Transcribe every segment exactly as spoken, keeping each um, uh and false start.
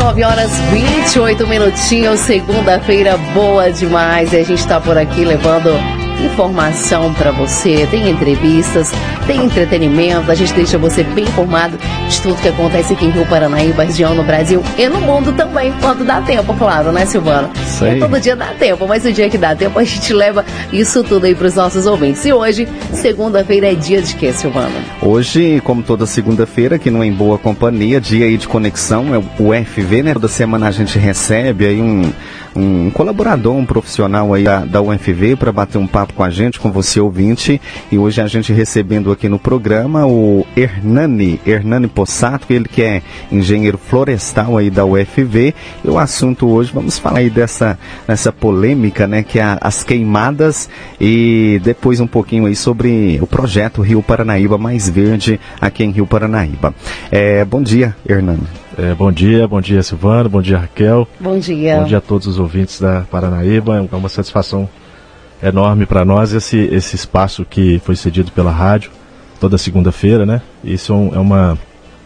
nove horas e vinte e oito minutinhos, segunda-feira boa demais. E a gente está por aqui levando informação para você, tem entrevistas, tem entretenimento, a gente deixa você bem informado de tudo que acontece aqui em Rio Paranaíba, região, no Brasil e no mundo também, quando dá tempo, claro, né, Silvano? E todo dia dá tempo, mas o dia que dá tempo a gente leva isso tudo aí para os nossos ouvintes. E hoje, segunda-feira, é dia de quê, Silvano? Hoje, como toda segunda-feira, aqui no Em Boa Companhia, dia aí de conexão, é o U F V, né? Toda semana a gente recebe aí um, um colaborador, um profissional aí da, da U F V para bater um papo com a gente, com você ouvinte, e hoje a gente recebendo aqui no programa o Hernani, Hernani Possato, ele que é engenheiro florestal aí da U F V, e o assunto hoje, vamos falar aí dessa, dessa polêmica, né, que é a, as queimadas, e depois um pouquinho aí sobre o projeto Rio Paranaíba Mais Verde aqui em Rio Paranaíba. É, bom dia, Hernani. É, bom dia, bom dia Silvano, bom dia Raquel. Bom dia. Bom dia a todos os ouvintes da Paranaíba, é uma satisfação enorme para nós esse, esse espaço que foi cedido pela rádio toda segunda-feira, né? Isso é, um, é, uma,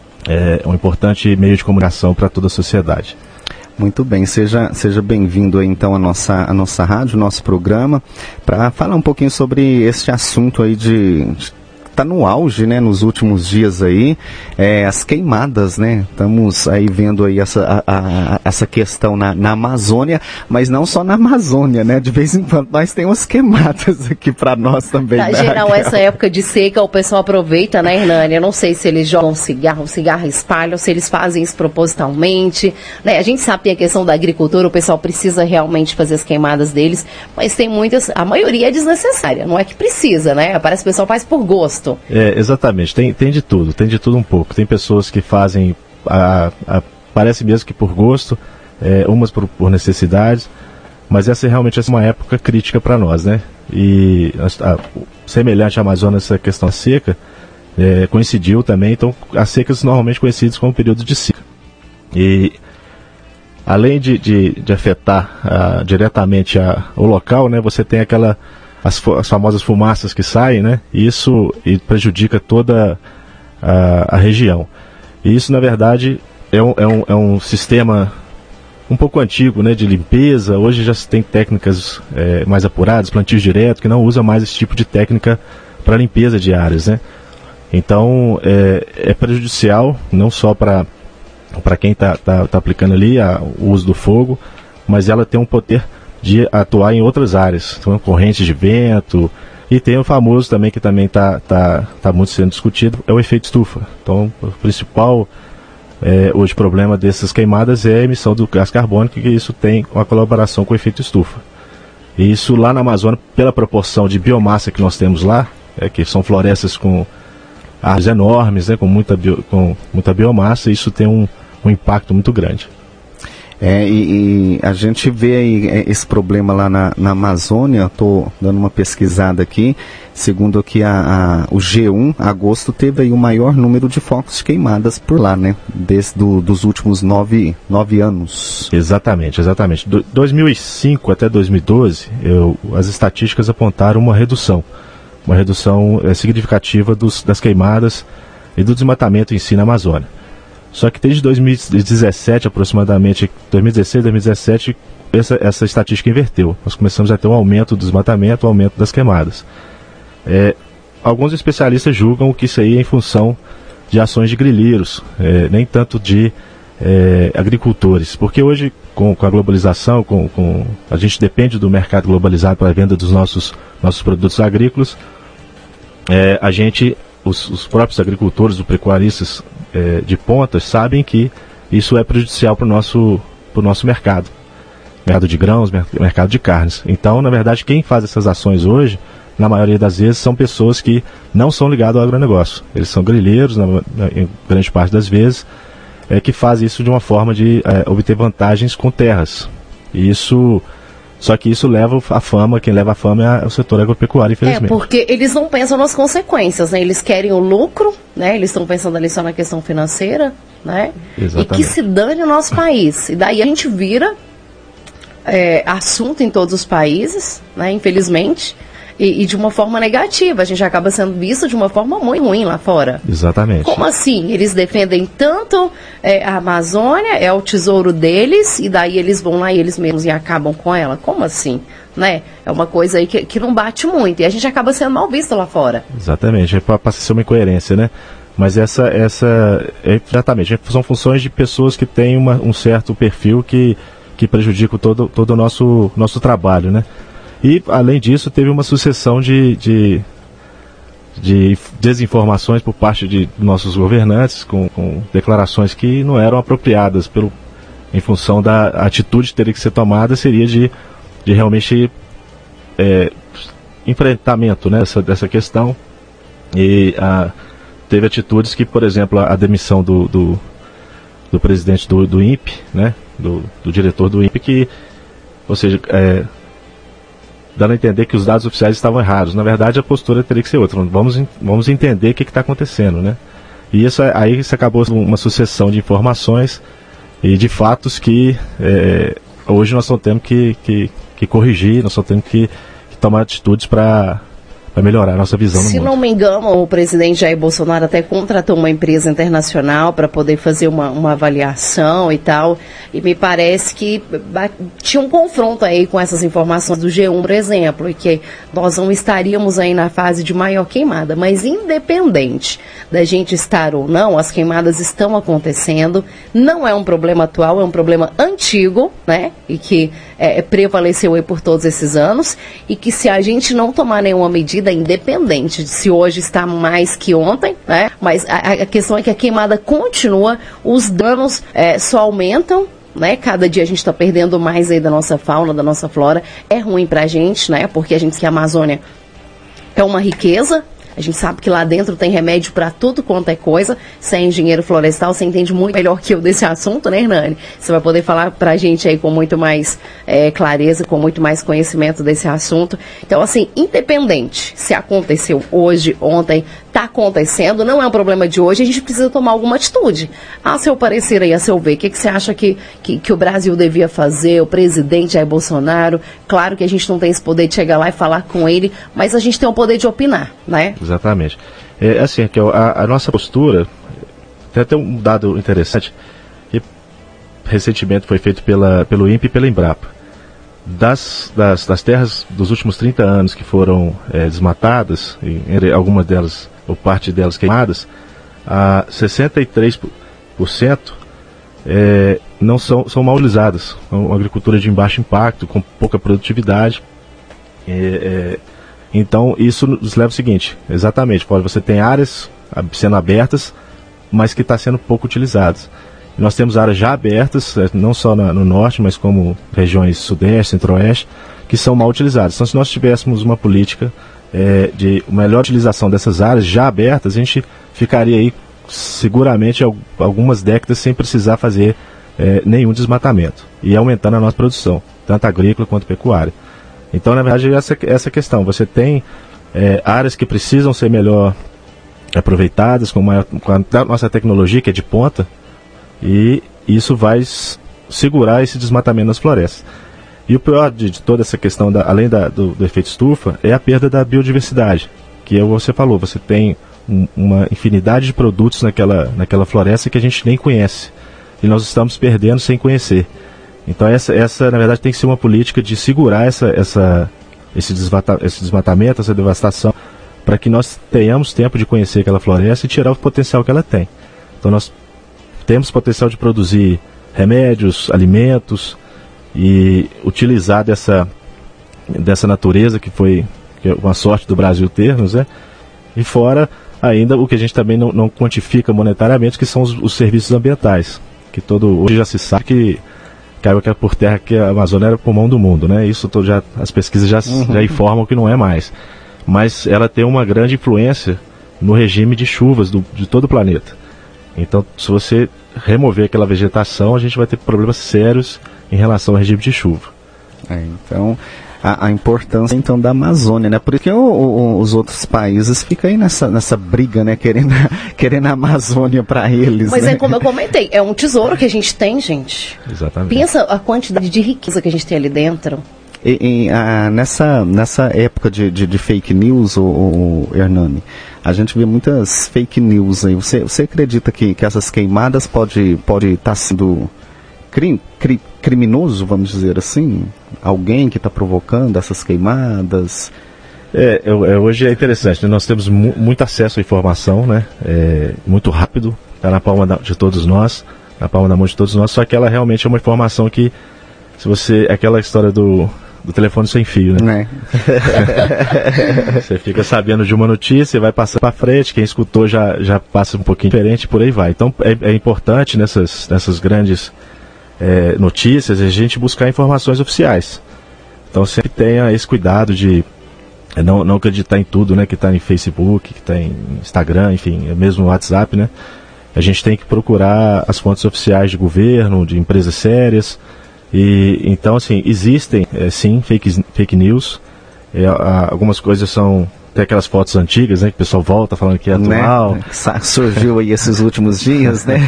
é um importante meio de comunicação para toda a sociedade. Muito bem, seja, seja bem-vindo aí então à nossa, à nossa rádio, nosso programa, para falar um pouquinho sobre este assunto aí de... de tá no auge, né, nos últimos dias aí, é, as queimadas, né, estamos aí vendo aí essa, a, a, essa questão na, na Amazônia, mas não só na Amazônia, né, de vez em quando nós temos umas queimadas aqui para nós também. Tá, né, geral, Raquel? essa época de seca o pessoal aproveita, né, Hernani? Eu não sei se eles jogam cigarro, cigarro espalham, se eles fazem isso propositalmente, né, a gente sabe que tem a questão da agricultura, o pessoal precisa realmente fazer as queimadas deles, mas tem muitas, a maioria é desnecessária, não é que precisa, né, parece que o pessoal faz por gosto. É, exatamente, tem, tem de tudo, tem de tudo um pouco. Tem pessoas que fazem, a, a, parece mesmo que por gosto, é, umas por, por necessidades, mas essa é realmente essa é uma época crítica para nós, né? E a, a, semelhante à Amazônia, essa questão da seca, é, coincidiu também, então as secas normalmente conhecidas como período de seca. E além de, de, de afetar a, diretamente a, o local, né, você tem aquela... As, as famosas fumaças que saem, né? Isso e prejudica toda a, a região. E isso, na verdade, é um, é, um, é um sistema um pouco antigo, né, de limpeza. Hoje já se tem técnicas é, mais apuradas, plantio direto, que não usa mais esse tipo de técnica para limpeza de áreas, né? Então, é, é prejudicial, não só para para quem está tá, tá aplicando ali a, o uso do fogo, mas ela tem um poder de atuar em outras áreas, então, correntes de vento, e tem o famoso também, que também está tá, tá muito sendo discutido, é o efeito estufa. Então, o principal é, hoje problema dessas queimadas é a emissão do gás carbônico, e isso tem uma colaboração com o efeito estufa. E isso lá na Amazônia, pela proporção de biomassa que nós temos lá, é, que são florestas com árvores enormes, né, com, muita bio, com muita biomassa, isso tem um, um impacto muito grande. É, e, e a gente vê aí é, esse problema lá na, na Amazônia. Estou dando uma pesquisada aqui, segundo aqui a, a, o G um, agosto teve aí o maior número de focos de queimadas por lá, né, desde do, dos últimos nove, nove anos. Exatamente, exatamente. Do, dois mil e cinco até dois mil e doze, eu, as estatísticas apontaram uma redução, uma redução é, significativa dos, das queimadas e do desmatamento em si na Amazônia. Só que desde dois mil e dezessete, aproximadamente, dois mil e dezesseis, dois mil e dezessete, essa, essa estatística inverteu. Nós começamos a ter um aumento do desmatamento, um aumento das queimadas. É, alguns especialistas julgam que isso aí é em função de ações de grileiros, é, nem tanto de é, agricultores. Porque hoje, com, com a globalização, com, com, a gente depende do mercado globalizado para a venda dos nossos, nossos produtos agrícolas. É, a gente, os, os próprios agricultores, os pecuaristas, É, de pontas, sabem que isso é prejudicial para o nosso, pro nosso mercado. Mercado de grãos, mercado de carnes. Então, na verdade, quem faz essas ações hoje, na maioria das vezes, são pessoas que não são ligadas ao agronegócio. Eles são grileiros, na, na, em grande parte das vezes, é, que fazem isso de uma forma de é, obter vantagens com terras. E isso... Só que isso leva a fama, quem leva a fama é o setor agropecuário, infelizmente. É, porque eles não pensam nas consequências, né? Eles querem o lucro, né? Eles estão pensando ali só na questão financeira, né? Exatamente. E que se dane o nosso país. E daí a gente vira é, assunto em todos os países, né? Infelizmente. E, e de uma forma negativa, a gente acaba sendo visto de uma forma muito ruim lá fora. Exatamente. Como assim? Eles defendem tanto é, a Amazônia, é o tesouro deles, e daí eles vão lá e eles mesmos e acabam com ela? Como assim? Né? É uma coisa aí que, que não bate muito, e a gente acaba sendo mal visto lá fora. Exatamente, passa a ser uma incoerência, né? Mas essa, essa exatamente, são funções de pessoas que têm uma, um certo perfil que, que prejudica todo, todo o nosso, nosso trabalho, né? E, além disso, teve uma sucessão de, de, de desinformações por parte de nossos governantes, com, com declarações que não eram apropriadas, pelo, em função da atitude que teria que ser tomada, seria de, de realmente é, enfrentamento, né, dessa, dessa questão. E a, teve atitudes que, por exemplo, a, a demissão do, do, do presidente do, do I N P, né, do, do diretor do I N P, que, ou seja, é, dando a entender que os dados oficiais estavam errados. Na verdade, a postura teria que ser outra. Vamos, vamos entender o que está acontecendo, né? E isso, aí isso acabou uma sucessão de informações e de fatos que é, hoje nós estamos tendo que, que, que corrigir, nós estamos tendo que, que tomar atitudes para para melhorar a nossa visão no mundo. Se não me engano, o presidente Jair Bolsonaro até contratou uma empresa internacional para poder fazer uma, uma avaliação e tal, e me parece que tinha um confronto aí com essas informações do G um, por exemplo, e que nós não estaríamos aí na fase de maior queimada, mas independente da gente estar ou não, as queimadas estão acontecendo, não é um problema atual, é um problema antigo, né, e que é, prevaleceu aí por todos esses anos, e que se a gente não tomar nenhuma medida, independente de se hoje está mais que ontem, né? Mas a, a questão é que a queimada continua, os danos é, só aumentam, né? Cada dia a gente está perdendo mais aí da nossa fauna, da nossa flora. É ruim pra gente, né? Porque a gente sabe que a Amazônia é uma riqueza. A gente sabe que lá dentro tem remédio para tudo quanto é coisa. Você é engenheiro florestal, você entende muito melhor que eu desse assunto, né, Hernani? Você vai poder falar pra gente aí com muito mais é, clareza, com muito mais conhecimento desse assunto. Então, assim, independente se aconteceu hoje, ontem, tá acontecendo, não é um problema de hoje, a gente precisa tomar alguma atitude. A seu parecer aí, a seu ver, o que, que você acha que, que, que o Brasil devia fazer, o presidente Jair Bolsonaro? Claro que a gente não tem esse poder de chegar lá e falar com ele, mas a gente tem o poder de opinar, né? Exatamente. É assim, que a, a nossa postura, tem até um dado interessante, que recentemente foi feito pela, pelo I N P e pela Embrapa. Das, das, das terras dos últimos trinta anos que foram é, desmatadas, e algumas delas, ou parte delas queimadas, a sessenta e três por cento é, não são, são mal utilizadas. É uma agricultura de baixo impacto, com pouca produtividade. É, é, Então, isso nos leva ao seguinte, exatamente, pode, você tem áreas sendo abertas, mas que estão sendo pouco utilizadas. Nós temos áreas já abertas, não só na, no norte, mas como regiões sudeste, centro-oeste, que são mal utilizadas. Então, se nós tivéssemos uma política é, de melhor utilização dessas áreas já abertas, a gente ficaria aí seguramente algumas décadas sem precisar fazer é, nenhum desmatamento e aumentando a nossa produção, tanto agrícola quanto pecuária. Então, na verdade, essa, essa questão, você tem é, áreas que precisam ser melhor aproveitadas, com, uma, com a nossa tecnologia, que é de ponta, e isso vai segurar esse desmatamento nas florestas. E o pior de, de toda essa questão, da, além da, do, do efeito estufa, é a perda da biodiversidade, que é o que você falou, você tem um, uma infinidade de produtos naquela, naquela floresta que a gente nem conhece, e nós estamos perdendo sem conhecer. Então essa, essa, na verdade, tem que ser uma política de segurar essa, essa, esse, desmata, esse desmatamento, essa devastação, para que nós tenhamos tempo de conhecer aquela floresta e tirar o potencial que ela tem. Então nós temos potencial de produzir remédios, alimentos e utilizar dessa, dessa natureza que foi que é uma sorte do Brasil termos, né? E fora ainda o que a gente também não, não quantifica monetariamente, que são os, os serviços ambientais, que todo, hoje já se sabe que caiu por terra que a Amazônia era o pulmão do mundo, né? Isso todo já, as pesquisas já, uhum. já informam que não é mais. Mas ela tem uma grande influência no regime de chuvas do, de todo o planeta. Então, se você remover aquela vegetação, a gente vai ter problemas sérios em relação ao regime de chuva. É, então, a, a importância então da Amazônia, né? Por isso que o, o, os outros países ficam aí nessa, nessa briga, né? Querendo, querendo a Amazônia para eles. Mas né? é como eu comentei, é um tesouro que a gente tem, gente. Exatamente. Pensa a quantidade de riqueza que a gente tem ali dentro. E, e, a, nessa, nessa época de, de, de fake news, o, o Hernani, a gente vê muitas fake news aí. Você, você acredita que, que essas queimadas pode pode estar sendo crim, cri, criminoso, vamos dizer assim? Alguém que está provocando essas queimadas? É, é, hoje é interessante, né? Nós temos mu muito acesso à informação, né? É, muito rápido, está na palma da, de todos nós, na palma da mão de todos nós, só que ela realmente é uma informação que, se você, é aquela história do, do telefone sem fio, né? É. Você fica sabendo de uma notícia, vai passando para frente, quem escutou já, já passa um pouquinho diferente, por aí vai. Então é, é importante nessas, nessas grandes é, notícias a gente buscar informações oficiais. Então sempre tenha esse cuidado de É não, não acreditar em tudo, né, que está em Facebook, que está em Instagram, enfim, é mesmo no WhatsApp, né? A gente tem que procurar as fontes oficiais de governo, de empresas sérias. E então, assim, existem, é, sim, fake, fake news. É, a, algumas coisas são tem aquelas fotos antigas, né, que o pessoal volta falando que é atual. Né? Surgiu aí esses últimos dias, né?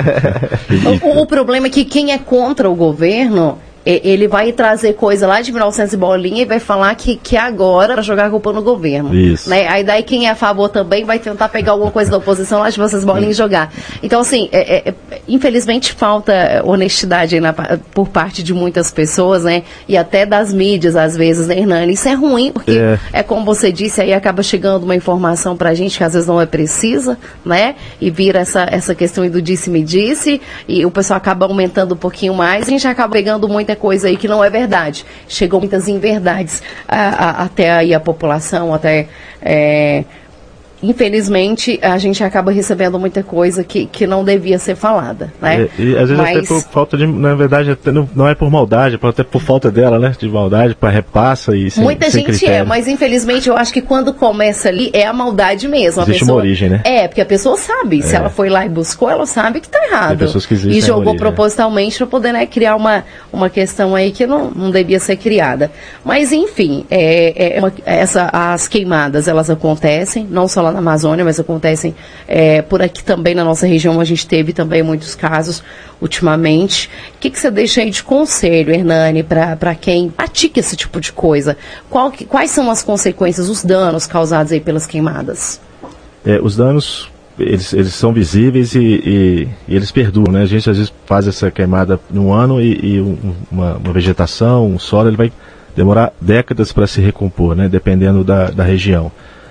o, o problema é que quem é contra o governo, ele vai trazer coisa lá de mil e novecentos e bolinha e vai falar que, que agora para jogar a culpa no governo. Isso. Né? Aí daí quem é a favor também vai tentar pegar alguma coisa da oposição lá de vocês bolinha e jogar. Então, assim, é, é, infelizmente falta honestidade aí na, por parte de muitas pessoas, né? E até das mídias, às vezes, né, Hernani? Isso é ruim, porque é, é como você disse, aí acaba chegando uma informação pra gente que às vezes não é precisa, né? E vira essa, essa questão do disse-me-disse, e o pessoal acaba aumentando um pouquinho mais, e a gente acaba pegando muita coisa aí que não é verdade. Chegou muitas inverdades a, a, até aí a população, até... É, infelizmente, a gente acaba recebendo muita coisa que, que não devia ser falada, né? E, e às vezes Mas... até por falta de, na verdade, até não, não é por maldade, até por falta dela, né? De maldade, para repassa e sem, Muita sem gente critério. É, mas infelizmente eu acho que quando começa ali é a maldade mesmo. Existe a pessoa, uma origem, né? É, porque a pessoa sabe, é. se ela foi lá e buscou, ela sabe que tá errado. Tem pessoas que existem e jogou origem, propositalmente para poder, né, criar uma, uma questão aí que não, não devia ser criada. Mas enfim, é, é uma, essa, as queimadas, elas acontecem, não só lá na Amazônia, mas acontecem é, por aqui também na nossa região. A gente teve também muitos casos ultimamente. O que, que você deixa aí de conselho, Hernani, para quem pratica esse tipo de coisa? Qual, quais são as consequências, os danos causados aí pelas queimadas? É, os danos, eles, eles são visíveis e, e, e eles perduram, né? A gente às vezes faz essa queimada num ano e, e um, uma, uma vegetação, um solo, ele vai demorar décadas para se recompor, né? Dependendo da, da região.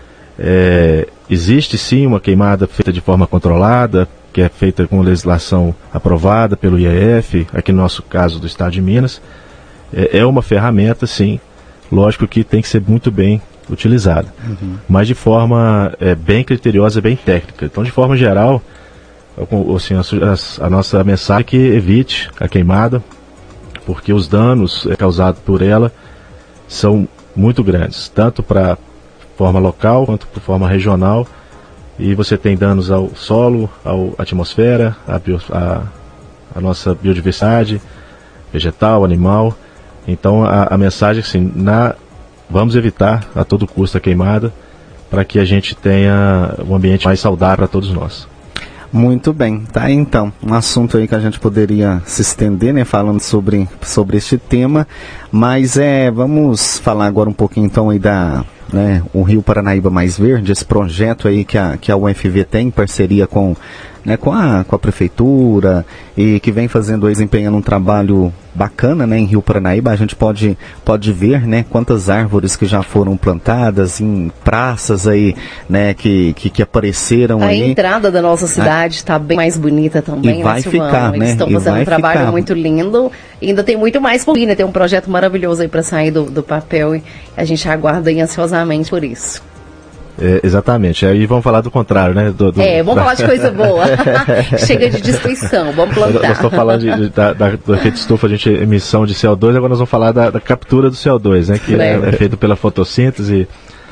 É, existe sim uma queimada feita de forma controlada, que é feita com legislação aprovada pelo I E F, aqui no nosso caso do Estado de Minas. É, é uma ferramenta, sim, lógico que tem que ser muito bem utilizada, uhum. mas de forma é, bem criteriosa, bem técnica. Então, de forma geral, assim, a, a nossa mensagem é que evite a queimada, porque os danos causados por ela são muito grandes, tanto para forma local quanto por forma regional, e você tem danos ao solo, à atmosfera, à bio, a, a nossa biodiversidade vegetal, animal. Então a, a mensagem é assim, na, vamos evitar a todo custo a queimada, para que a gente tenha um ambiente mais saudável para todos nós. Muito bem, tá aí então, um assunto aí que a gente poderia se estender, né, falando sobre, sobre este tema, mas é, vamos falar agora um pouquinho então aí da, né, o Rio Paranaíba Mais Verde, esse projeto aí que a, que a U F V tem em parceria com, né, com, a, com a prefeitura e que vem fazendo, desempenhando um trabalho bacana, né, em Rio Paranaíba. A gente pode, pode ver, né, quantas árvores que já foram plantadas em praças aí, né, que, que, que apareceram a aí. A entrada da nossa cidade está bem mais bonita também, e vai né, ficar, né? Eles estão fazendo um trabalho ficar. muito lindo. E ainda tem muito mais por vir, né? Tem um projeto maravilhoso aí para sair do, do papel e a gente aguarda aí ansiosamente por isso. É, exatamente, aí vamos falar do contrário, né? Do, do, é, vamos da... falar de coisa boa. Chega de destruição, vamos plantar. Nós estamos falando de, de, da, da, do efeito estufa, a gente emissão de C O dois, agora nós vamos falar da, da captura do C O dois, né? Que é, é feito pela fotossíntese,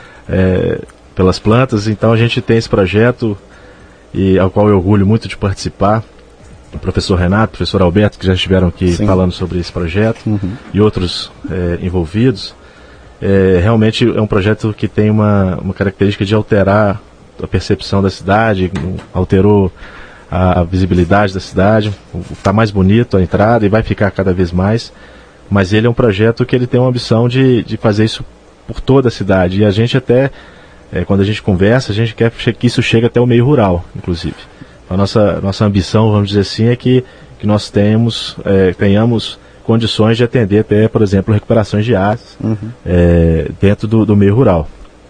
é, pelas plantas. Então a gente tem esse projeto, e ao qual eu orgulho muito de participar. O professor Renato, o professor Alberto, que já estiveram aqui Sim. falando sobre esse projeto, uhum. e outros é, envolvidos. É, realmente é um projeto que tem uma, uma característica de alterar a percepção da cidade, alterou a, a visibilidade da cidade, está mais bonito a entrada e vai ficar cada vez mais, mas ele é um projeto que ele tem uma ambição de, de fazer isso por toda a cidade, e a gente até, é, quando a gente conversa, a gente quer que isso chegue até o meio rural, inclusive. A nossa, nossa ambição, vamos dizer assim, é que, que nós tenhamos, é, tenhamos condições de atender até, por exemplo, recuperações de áreas uhum. é, dentro do, do meio rural.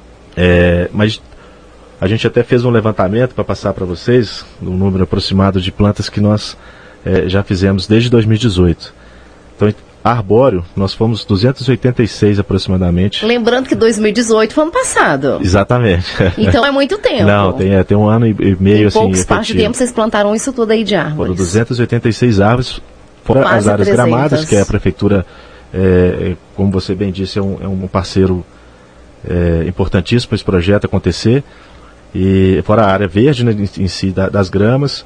É, mas a gente até fez um levantamento para passar para vocês, um número aproximado de plantas que nós é, já fizemos desde dois mil e dezoito. Então, arbóreo, nós fomos duzentos e oitenta e seis aproximadamente. Lembrando que dois mil e dezoito foi ano passado. Exatamente. Então é muito tempo. Não, tem, é, tem um ano e meio. Em assim, pouco espaço de tempo vocês plantaram isso tudo aí de árvores. Foram duzentas e oitenta e seis árvores, fora as áreas trezentas. Gramadas, que é a prefeitura, é, como você bem disse, é um, é um parceiro é, importantíssimo para esse projeto acontecer. E fora a área verde, né, em, em si da, das gramas.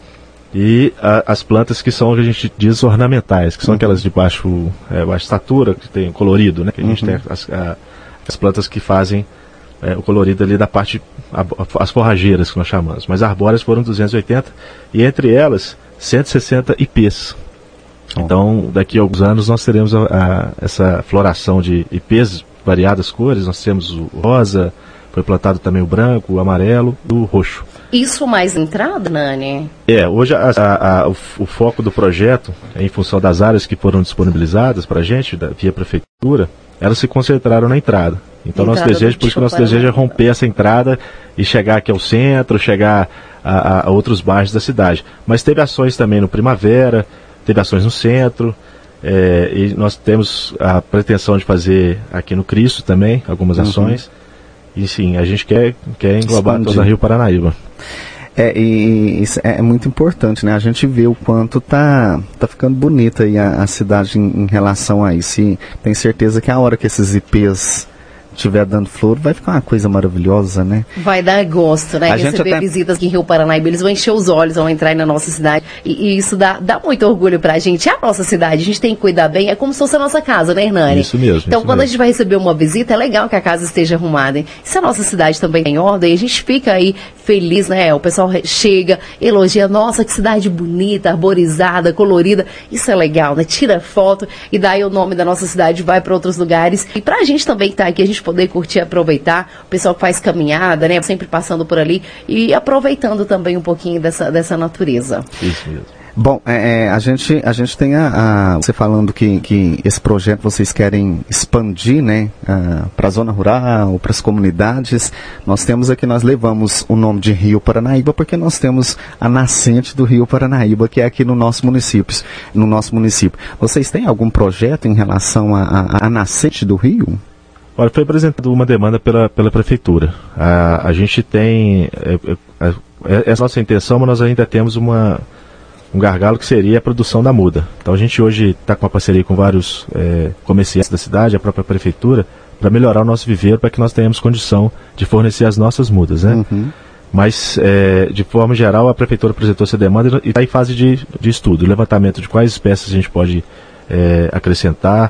E a, as plantas que são, que a gente diz, ornamentais, que são uhum. aquelas de baixo, é, baixa estatura, que tem colorido, né? Que a gente uhum. tem as, a, as plantas que fazem é, o colorido ali da parte, a, a, as forrageiras que nós chamamos. Mas arbóreas foram duzentas e oitenta, e entre elas, cento e sessenta ipês. Oh. Então, daqui a alguns anos, nós teremos a, a, essa floração de ipês, variadas cores. Nós temos o rosa, foi plantado também o branco, o amarelo e o roxo. Isso mais entrada, Nani? É, hoje a, a, a, o, o foco do projeto, em função das áreas que foram disponibilizadas para a gente, da, via prefeitura, elas se concentraram na entrada. Então entrada nosso desejo, por isso que nosso desejo é romper essa entrada e chegar aqui ao centro, chegar a, a, a outros bairros da cidade. Mas teve ações também no Primavera, teve ações no centro, é, e nós temos a pretensão de fazer aqui no Cristo também, algumas ações. Uhum. E sim, a gente quer, quer englobar Expandir. toda a Rio Paranaíba. É, e isso é muito importante, né? A gente vê o quanto tá, tá ficando bonita aí a, a cidade em, em relação a isso. E tem certeza que a hora que esses ipês estiver dando flor, vai ficar uma coisa maravilhosa, né? Vai dar gosto, né? A Receber até... visitas aqui em Rio Paranaíba, eles vão encher os olhos, vão entrar aí na nossa cidade. E, e isso dá, dá muito orgulho pra gente. É a nossa cidade, a gente tem que cuidar bem, é como se fosse a nossa casa, né, Hernani? Isso mesmo. Então, isso quando mesmo. a gente vai receber uma visita, é legal que a casa esteja arrumada, hein? Se a nossa cidade também tem ordem, a gente fica aí feliz, né? O pessoal chega, elogia, nossa, que cidade bonita, arborizada, colorida. Isso é legal, né? Tira foto e daí o nome da nossa cidade vai para outros lugares. E pra gente também que tá aqui, a gente poder curtir, aproveitar. O pessoal que faz caminhada, né? Sempre passando por ali e aproveitando também um pouquinho dessa, dessa natureza. Isso mesmo. Bom, é, é, a, gente, a gente tem a, a, você falando que, que esse projeto vocês querem expandir, né, para a zona rural, para as comunidades. Nós temos aqui, nós levamos o nome de Rio Paranaíba porque nós temos a nascente do Rio Paranaíba, que é aqui no nosso município. No nosso município. Vocês têm algum projeto em relação à nascente do rio? Olha, foi apresentada uma demanda pela, pela prefeitura. A, a gente tem, é, é, é, é a nossa intenção, mas nós ainda temos uma, um gargalo que seria a produção da muda. Então a gente hoje está com uma parceria com vários é, comerciantes da cidade, a própria prefeitura, para melhorar o nosso viveiro, para que nós tenhamos condição de fornecer as nossas mudas, né? Uhum. Mas, é, de forma geral, a prefeitura apresentou essa demanda e está em fase de, de estudo, levantamento de quais espécies a gente pode é, acrescentar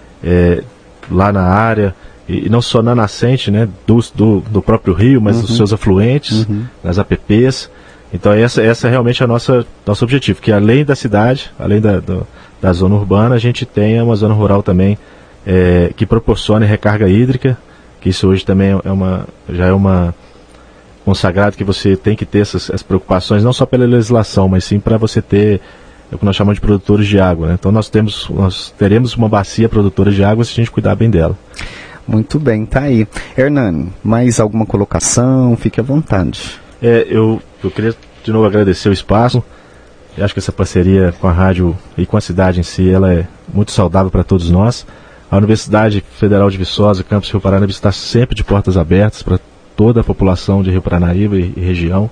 é, lá na área. E não só na nascente, né, do, do, do próprio rio, mas uhum. dos seus afluentes, uhum. nas A P Ps. Então essa, essa é realmente a nossa nosso objetivo, que além da cidade, além da, do, da zona urbana, a gente tenha uma zona rural também é, que proporcione recarga hídrica, que isso hoje também é uma, já é uma consagrado que você tem que ter essas, essas preocupações, não só pela legislação, mas sim para você ter é o que nós chamamos de produtores de água, né? Então nós, temos, nós teremos uma bacia produtora de água se a gente cuidar bem dela. Muito bem, tá aí. Hernani, mais alguma colocação? Fique à vontade. É, eu, eu queria de novo agradecer o espaço. Eu acho que essa parceria com a rádio e com a cidade em si, ela é muito saudável para todos nós. A Universidade Federal de Viçosa, Campus Rio Paranaíba, está sempre de portas abertas para toda a população de Rio Paranaíba e, e região.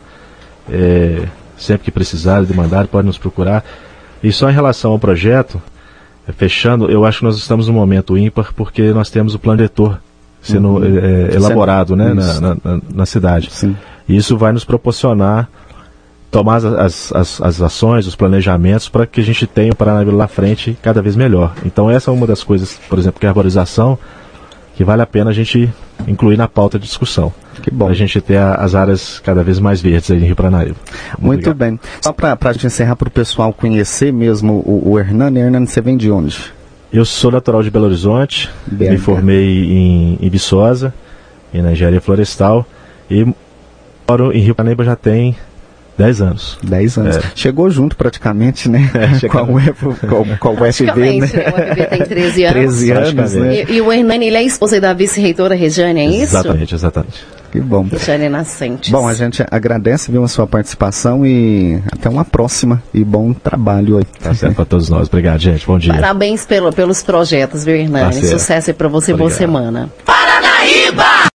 É, sempre que precisar, demandar, pode nos procurar. E só em relação ao projeto, fechando, eu acho que nós estamos num momento ímpar porque nós temos o plano diretor sendo uhum. é, elaborado né, na, na, na cidade. Sim. E isso vai nos proporcionar tomar as, as, as ações, os planejamentos para que a gente tenha o Paranaíba lá à frente cada vez melhor. Então essa é uma das coisas, por exemplo, que é a arborização, que vale a pena a gente incluir na pauta de discussão. Que bom. Para a gente ter a, as áreas cada vez mais verdes aí em Rio Paranaíba. Muito, Muito bem. Só para a gente encerrar, para o pessoal conhecer mesmo o, o Hernani. Hernani, você vem de onde? Eu sou natural de Belo Horizonte, B H. me formei em, em Viçosa, e na engenharia florestal, e moro em Rio Paranaíba já tem dez anos. dez anos. É. Chegou junto praticamente, né? É, com, a U F, com, com o U F V, né? Praticamente, né? O U F V tem treze anos. treze anos, né? E, e o Hernani, ele é esposa da vice-reitora Rejane, é isso? Exatamente, exatamente. Que bom. Rejane Nascentes. Bom, a gente agradece, viu, a sua participação e até uma próxima e bom trabalho aí. Tá certo para todos nós. Obrigado, gente. Bom dia. Parabéns pelo, pelos projetos, viu, Hernani? Tá certo. Sucesso aí pra você, boa Obrigado. semana.